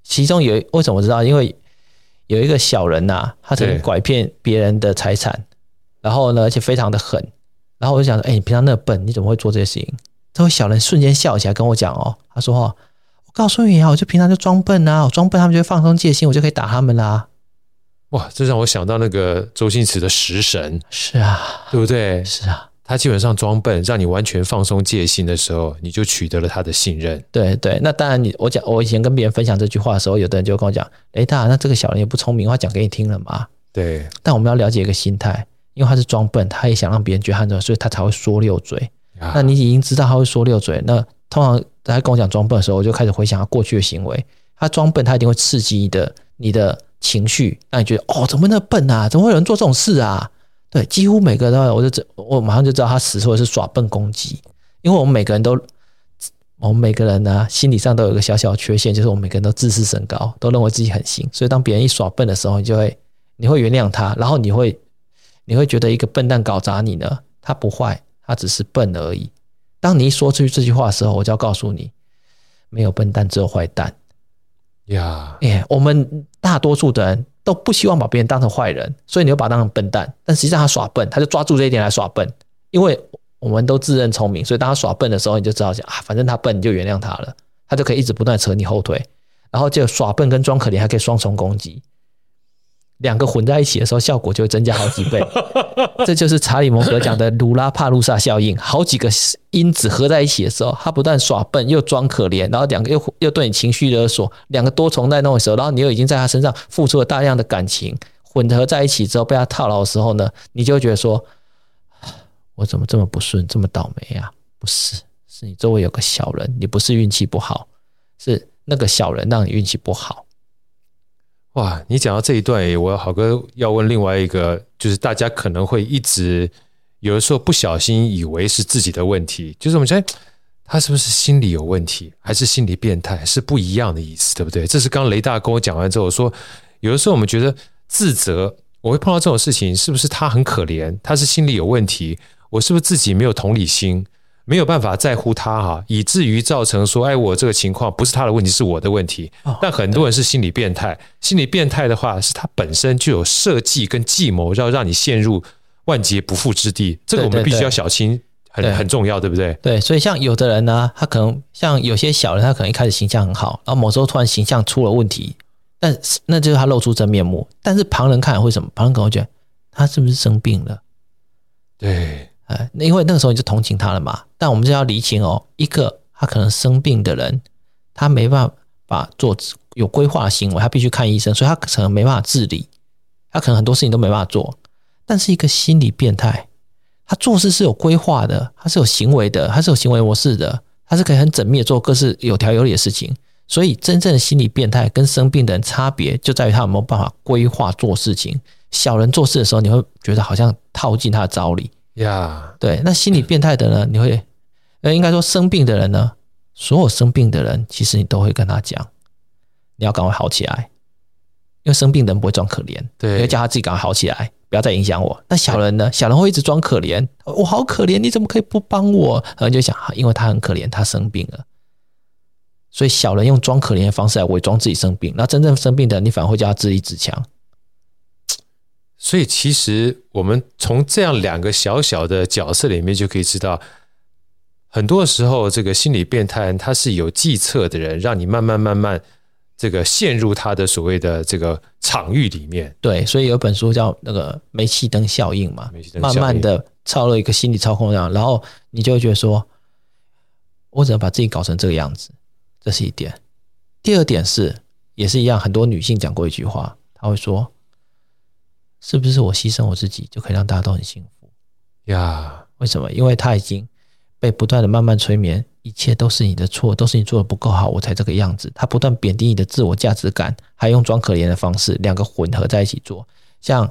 其中为什么我知道？因为有一个小人呐，他曾经拐骗别人的财产，然后呢，而且非常的狠。然后我就想说，你平常那么笨，你怎么会做这些事情？这位小人瞬间笑起来跟我讲他说我告诉你啊，我就平常就装笨啊，我装笨他们就会放松戒心，我就可以打他们啦。 哇，这让我想到那个周星驰的食神。 是啊， 对不对？ 是啊， 他基本上装笨，让你完全放松戒心的时候，你就取得了他的信任。 对对，那当然我以前跟别人分享这句话的时候，有的人就跟我讲，雷大，那这个小人也不聪明，他讲给你听了嘛。 对， 但我们要了解一个心态，因为他是装笨，他也想让别人觉得他准，所以他才会说溜嘴。那你已经知道他会说溜嘴，那通常他跟我讲装笨的时候，我就开始回想他过去的行为。他装笨，他一定会刺激你的情绪，让你觉得怎么那么笨啊？怎么会有人做这种事啊？对，几乎每个都我马上就知道他使出的是耍笨攻击，因为我们每个人呢，心理上都有一个小小的缺陷，就是我们每个人都自视甚高，都认为自己很行，所以当别人一耍笨的时候，你会原谅他，然后你会觉得一个笨蛋搞砸你呢，他不坏，他只是笨而已。当你一说出去这句话的时候，我就要告诉你，没有笨蛋，只有坏蛋。我们大多数的人都不希望把别人当成坏人，所以你就把他当成笨蛋，但实际上他耍笨，他就抓住这一点来耍笨。因为我们都自认聪明，所以当他耍笨的时候，你就知道反正他笨，你就原谅他了，他就可以一直不断扯你后腿，然后就耍笨跟装可怜还可以双重攻击，两个混在一起的时候，效果就会增加好几倍。这就是查理蒙格讲的鲁拉帕路萨效应，好几个因子合在一起的时候，他不但耍笨又装可怜，然后两个又对你情绪勒索，两个多重在弄的时候，然后你又已经在他身上付出了大量的感情，混合在一起之后被他套牢的时候呢，你就会觉得说，我怎么这么不顺，这么倒霉啊？不是，是你周围有个小人，你不是运气不好，是那个小人让你运气不好。 哇，你讲到这一段，我好哥要问另外一个，就是大家可能会一直有的时候不小心以为是自己的问题，就是我们觉得他是不是心理有问题，还是心理变态，是不一样的意思，对不对？这是刚刚雷大跟我讲完之后说，有的时候我们觉得自责，我会碰到这种事情，是不是他很可怜，他是心理有问题，我是不是自己没有同理心，没有办法在乎他以至于造成说，我这个情况不是他的问题，是我的问题。但很多人是心理变态，心理变态的话，是他本身就有设计跟计谋，要让你陷入万劫不复之地。这个我们必须要小心，很重要，对不对？ 对，所以像有的人呢，他可能像有些小人，他可能一开始形象很好，然后某时候突然形象出了问题，但那就是他露出真面目。但是旁人看会什么？旁人可能会觉得他是不是生病了？ 对。 因为那个时候你就同情他了嘛，但我们就要厘清一个他可能生病的人，他没办法做有规划的行为，他必须看医生，所以他可能没办法自理，他可能很多事情都没办法做。但是一个心理变态，他做事是有规划的，他是有行为的，他是有行为模式的，他是可以很缜密的做各式有条有理的事情。所以真正的心理变态跟生病的人差别就在于他有没有办法规划做事情。小人做事的时候，你会觉得好像套进他的招里。对，那心理变态的呢？你会应该说生病的人呢，所有生病的人，其实你都会跟他讲，你要赶快好起来，因为生病的人不会装可怜， 对， 你会叫他自己赶快好起来，不要再影响我。那小人呢？小人会一直装可怜，我好可怜，你怎么可以不帮我？然后你就想，因为他很可怜，他生病了，所以小人用装可怜的方式来伪装自己生病，那真正生病的人，你反而会叫他自立自强。 所以其实我们从这样两个小小的角色里面就可以知道，很多时候这个心理变态他是有计策的人，让你慢慢这个陷入他的所谓的这个场域里面。 对，所以有一本书叫那个煤气灯效应嘛，慢慢的操了一个心理操控量，然后你就会觉得说，我只能把自己搞成这个样子，这是一点。第二点是，也是一样，很多女性讲过一句话，她会说，是不是我牺牲我自己就可以让大家都很幸福呀？ 为什么？因为她已经被不断的慢慢催眠，一切都是你的错，都是你做的不够好，我才这个样子。她不断贬低你的自我价值感，还用装可怜的方式，两个混合在一起做。像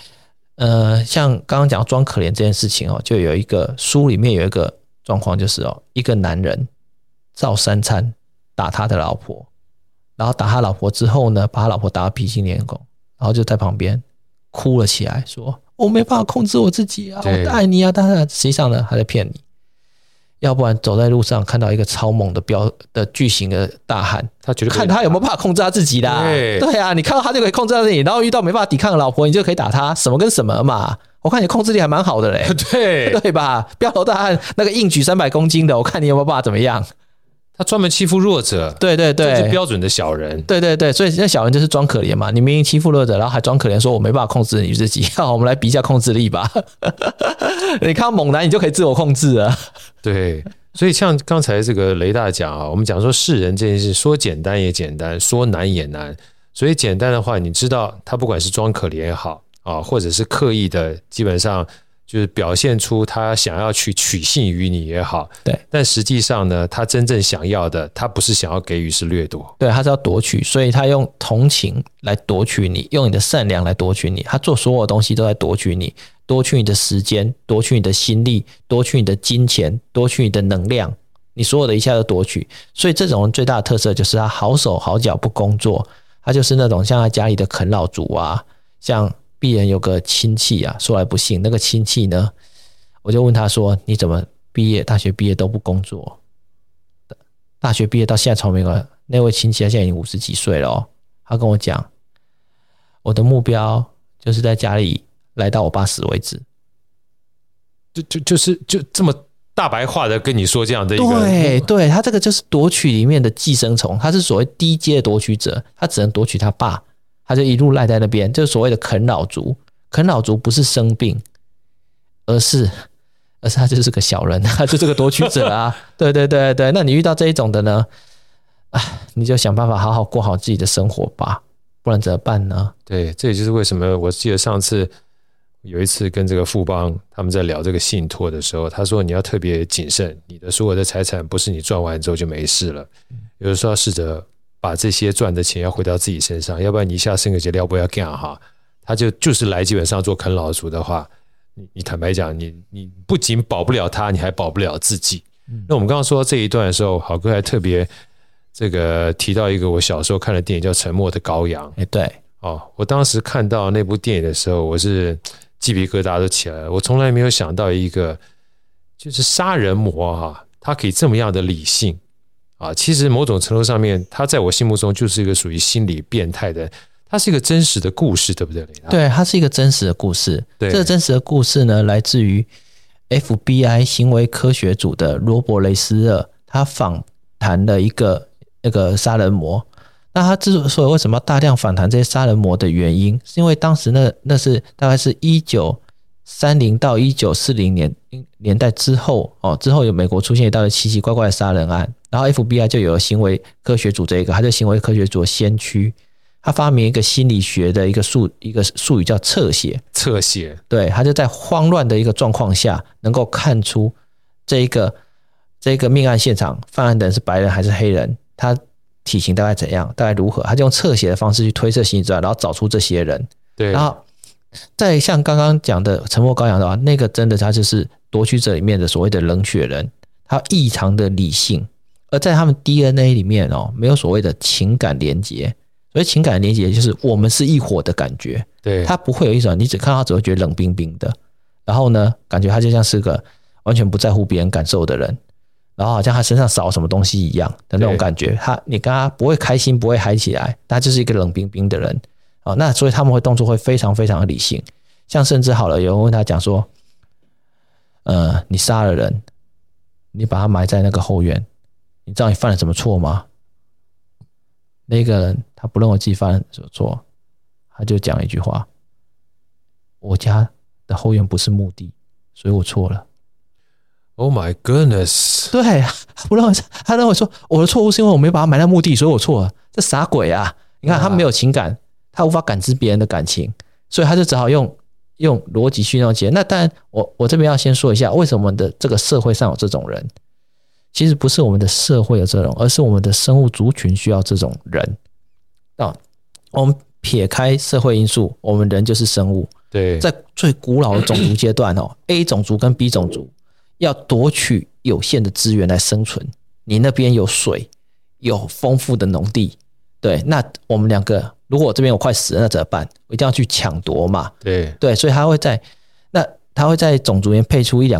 刚刚讲装可怜这件事情就有一个书里面有一个状况，就是一个男人照三餐打他的老婆，然后打他老婆之后呢，把他老婆打到鼻青脸肿，然后就在旁边哭了起来，说我没办法控制我自己啊，我爱你啊，但是实际上呢，他在骗你。 要不然走在路上看到一个超猛的巨型的大汉， 他觉得看他有没有办法控制他自己啦。对啊，你看到他就可以控制他自己，然后遇到没办法抵抗的老婆，你就可以打他，什么跟什么嘛。我看你控制力还蛮好的嘞，对吧？标头大汉那个硬举300公斤的，我看你有没有办法怎么样？ 他专门欺负弱者， 对， 这是标准的小人。 对，所以那小人就是装可怜嘛。你明明欺负弱者，然后还装可怜，说我没办法控制你自己。好，我们来比一下控制力吧。你看到猛男，你就可以自我控制了。 对，所以像刚才这个雷大讲啊，我们讲说世人这件事，说简单也简单，说难也难。所以简单的话，你知道他不管是装可怜也好啊，或者是刻意的，基本上就是表现出他想要去取信于你也好， 对， 但实际上呢，他真正想要的，他不是想要给予，是掠夺， 对，他是要夺取，所以他用同情来夺取你，用你的善良来夺取你，他做所有东西都在夺取你，夺取你的时间，夺取你的心力，夺取你的金钱，夺取你的能量，你所有的一切都夺取。所以这种人最大的特色就是他好手好脚不工作，他就是那种像他家里的啃老族啊，像鄙人有个亲戚啊，说来不幸，那个亲戚呢，我就问他说：“你怎么大学毕业都不工作？大学毕业到现在从没有。”那位亲戚他现在已经50几岁了哦，他跟我讲，我的目标就是在家里来到我爸死为止。 就这么大白话的跟你说这样的一个， 对，他这个就是夺取里面的寄生虫，他是所谓低阶的夺取者，他只能夺取他爸。他就一路赖在那边，就是所谓的啃老族。啃老族不是生病，而是他就是个小人，他就是个夺取者啊！对，那你遇到这一种的呢，你就想办法好好过好自己的生活吧，不然怎么办呢？ 对，这也就是为什么我记得上次有一次跟这个富邦他们在聊这个信托的时候，他说你要特别谨慎，你的所有的财产不是你赚完之后就没事了，有的时候要试着把这些赚的钱要回到自己身上，要不然你一下生个节料不要干哈，他就是来基本上做啃老族的话，你坦白讲，你不仅保不了他，你还保不了自己。那我们刚刚说到这一段的时候，好哥还特别这个提到一个我小时候看的电影叫《沉默的羔羊》。 对哦，我当时看到那部电影的时候，我是鸡皮疙瘩都起来了。我从来没有想到一个就是杀人魔啊，他可以这么样的理性。其实某种程度上面，他在我心目中就是一个属于心理变态的，他是一个真实的故事，对不对？ 对，它是一个真实的故事。 对， 这个真实的故事呢，来自于 FBI 行为科学组的罗伯雷斯勒，他访谈了一个那个杀人魔。那他之所以为什么要大量访谈这些杀人魔的原因，是因为当时那是大概是1930到1940年代之后之后有美国出现一道奇奇怪怪的杀人案，然后 FBI 就有了行为科学组这个，他就行为科学组的先驱，他发明一个心理学的一个术语叫侧写。对，他就在慌乱的一个状况下，能够看出这个命案现场犯案的人是白人还是黑人，他体型大概怎样，大概如何，他就用侧写的方式去推测心理作案，然后找出这些人。 对， 然后在像刚刚讲的沉默羔羊的话，那个真的他就是夺取者里面的所谓的冷血人，他异常的理性，而在他们 DNA 里面没有所谓的情感连结。所以情感连结就是我们是一伙的感觉， 对， 他不会有一种你只看到他只会觉得冷冰冰的，然后呢感觉他就像是个完全不在乎别人感受的人，然后好像他身上少什么东西一样的那种感觉，你跟他不会开心不会嗨起来，他就是一个冷冰冰的人。那所以他们会动作会非常非常的理性，像甚至好了，有人问他讲说你杀了人，你把他埋在那个后院，你知道你犯了什么错吗？那个人他不认为自己犯了什么错，他就讲了一句话：我家的后院不是墓地，所以我错了。 Oh my goodness！ 对，他认为说我的错误是因为我没把他埋在墓地，所以我错了。这傻鬼啊！你看他没有情感，他无法感知别人的感情，所以他就只好用逻辑去了解。那当然我这边要先说一下，为什么我们的这个社会上有这种人。其实不是我们的社会有这种，而是我们的生物族群需要这种人。我们撇开社会因素，我们人就是生物。 对， 在最古老的种族阶段A 种族跟 B 种族要夺取有限的资源来生存。你那边有水，有丰富的农地，对，那我们两个如果我这边我快死了，那怎么办？我一定要去抢夺嘛。 对， 所以他会在种族里面配出一两个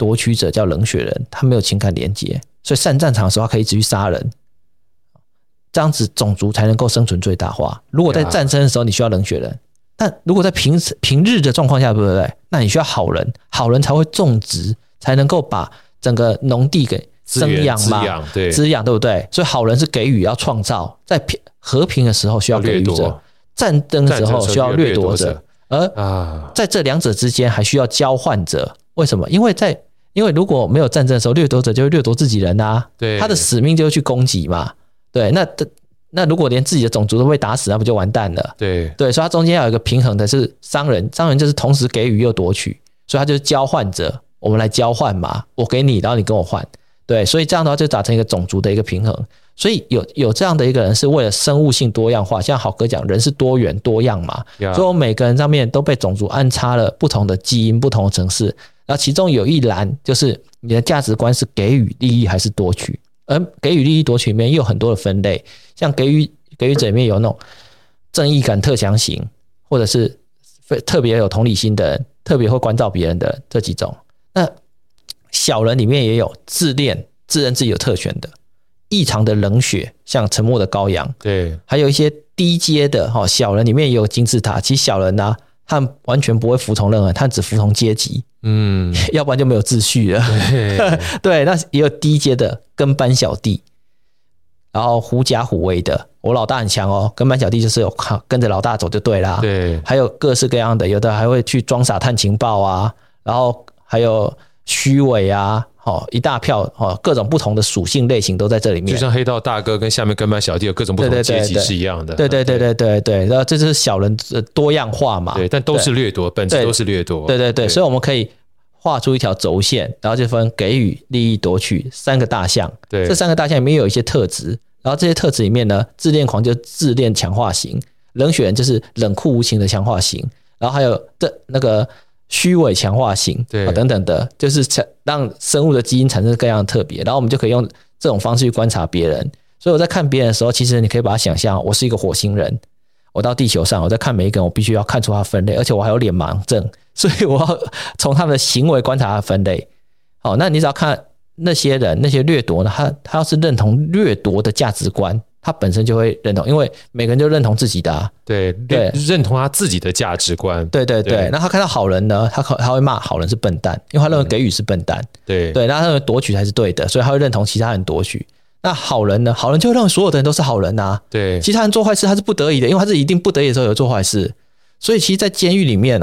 夺取者叫冷血人，他没有情感连结，所以上战场的时候他可以一直去杀人，这样子种族才能够生存最大化。如果在战争的时候你需要冷血人，但如果在平日的状况下，对不对？那你需要好人，好人才会种植，才能够把整个农地给生养嘛，滋养，对不对？所以好人是给予要创造，在和平的时候需要给予者，战争的时候需要掠夺者，而在这两者之间还需要交换者。为什么？因为如果没有战争的时候，掠夺者就会掠夺自己人啊，对，他的使命就会去攻击嘛，对，那如果连自己的种族都被打死，那不就完蛋了？对，所以它中间要有一个平衡的是商人就是同时给予又夺取，所以他就是交换者，我们来交换嘛，我给你，然后你跟我换，对，所以这样的话就达成一个种族的一个平衡。所以有这样的一个人是为了生物性多样化，像好哥讲，人是多元多样嘛，所以我每个人上面都被种族安插了不同的基因、不同的程式，然后其中有一栏就是你的价值观是给予利益还是夺取，而给予利益夺取里面又有很多的分类，像给予者里面有那种正义感特强型，或者是特别有同理心的人，特别会关照别人的人，这几种。那小人里面也有自恋、自认自己有特权的，异常的冷血，像沉默的羔羊，对，还有一些低阶的小人里面也有金字塔。其实小人啊，他们完全不会服从任何人，他只服从阶级，要不然就没有秩序了。对，那也有低阶的跟班小弟，然后狐假虎威的，我老大很强哦，跟班小弟就是有跟着老大走就对啦。对，还有各式各样的，有的还会去装傻探情报啊，然后还有虚伪啊。一大票各种不同的属性类型都在这里面， 就像黑道大哥跟下面跟班小弟有各种不同的阶级是一样的。 对，然后这就是小人的多样化嘛。 对，但都是掠夺，本质都是掠夺。 对，所以我们可以画出一条轴线，然后就分给予、利益、夺取三个大项。对，这三个大项里面有一些特质，然后这些特质里面呢，自恋狂就是自恋强化型，冷血人就是冷酷无情的强化型，然后还有那个虚伪强化型，等等的，就是让生物的基因产生各样的特别，然后我们就可以用这种方式去观察别人。所以我在看别人的时候，其实你可以把它想象，我是一个火星人，我到地球上，我在看每一个人，我必须要看出他分类，而且我还有脸盲症，所以我要从他们的行为观察他的分类。好，那你只要看那些人，那些掠夺呢，他要是认同掠夺的价值观，他本身就会认同，因为每个人就认同自己的对，认同他自己的价值观。对， 那他看到好人呢，他会骂好人是笨蛋，因为他认为给予是笨蛋。对，那他认为夺取才是对的，所以他会认同其他人夺取。那好人呢？好人就会认为所有的人都是好人啊。对，其他人做坏事他是不得已的，因为他是一定不得已的时候有做坏事。所以其实，在监狱里面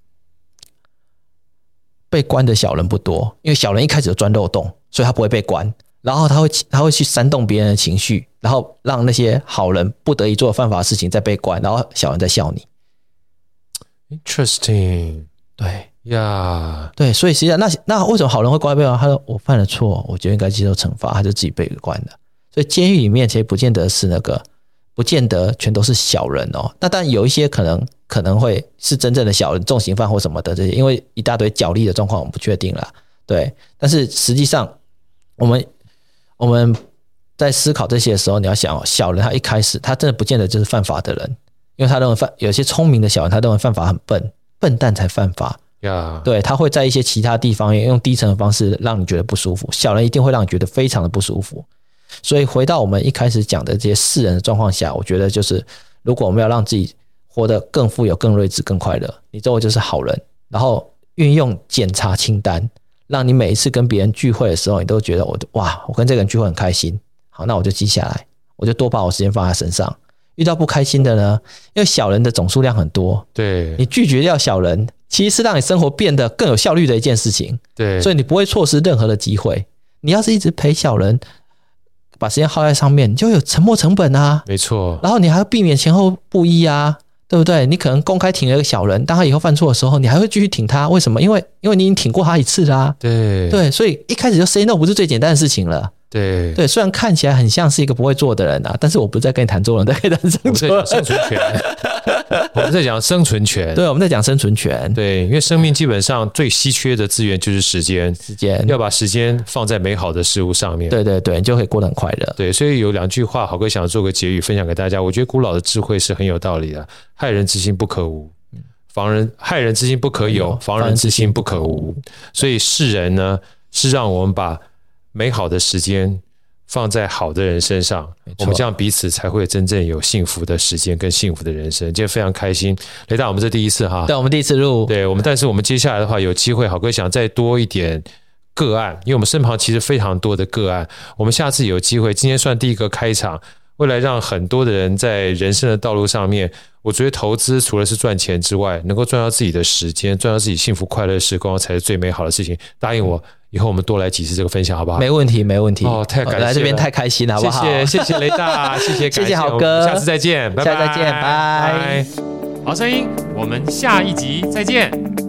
被关的小人不多，因为小人一开始就钻漏洞，所以他不会被关。然后他会去煽动别人的情绪，然后让那些好人不得已做犯法的事情再被关，然后小人在笑你。 Interesting， 对呀， 对，所以实际上那为什么好人会关被关？他说我犯了错，我就应该接受惩罚，他就自己被关了。所以监狱里面其实不见得是不见得全都是小人哦。那但有一些可能会是真正的小人，重刑犯或什么的这些，因为一大堆角力的状况我们不确定啦。对，但是实际上我们在思考这些的时候，你要想小人他一开始他真的不见得就是犯法的人，因为他认为有些聪明的小人，他认为犯法很笨蛋才犯法。对，他会在一些其他地方用低层的方式让你觉得不舒服，小人一定会让你觉得非常的不舒服。所以回到我们一开始讲的这些世人的状况下，我觉得就是如果我们要让自己活得更富有、更睿智、更快乐，你周围就是好人，然后运用检查清单，让你每一次跟别人聚会的时候，你都觉得我跟这个人聚会很开心，好，那我就记下来，我就多把我时间放在身上。遇到不开心的呢，因为小人的总数量很多，对，你拒绝掉小人，其实是让你生活变得更有效率的一件事情。对，所以你不会错失任何的机会。你要是一直陪小人，把时间耗在上面，你就有沉没成本啊。没错。然后你还要避免前后不一啊，对不对？你可能公开挺了一个小人，当他以后犯错的时候，你还会继续挺他，为什么？因为你已经挺过他一次啦。对，所以一开始就 say no 不是最简单的事情了。对，虽然看起来很像是一个不会做的人啊，但是我不是在跟你谈做人，在跟你谈生存权。 我们在讲生存权。 对，我们在讲生存权。 对，因为生命基本上最稀缺的资源就是时间，要把时间放在美好的事物上面。对， 你就可以过得很快乐。 对，所以有两句话，好哥想做个结语分享给大家。我觉得古老的智慧是很有道理的，害人之心不可无， 害人之心不可有，防人之心不可无。所以世人呢，是让我们把美好的时间放在好的人身上，我们这样彼此才会真正有幸福的时间跟幸福的人生。今天非常开心，雷大，我们这第一次哈， 对，我们第一次录， 对我们，但是我们接下来的话，有机会好哥想再多一点个案，因为我们身旁其实非常多的个案，我们下次有机会，今天算第一个开场，未来让很多的人在人生的道路上面，我觉得投资除了是赚钱之外，能够赚到自己的时间，赚到自己幸福快乐的时光，才是最美好的事情。答应我，以后我们多来几次这个分享，好不好？ 没问题，没问题。 哦，太感谢了， 来这边太开心了，好不好？ 谢谢雷大，谢谢好哥， 下次再见，拜拜， 下次再见，拜。 好声音，我们下一集再见。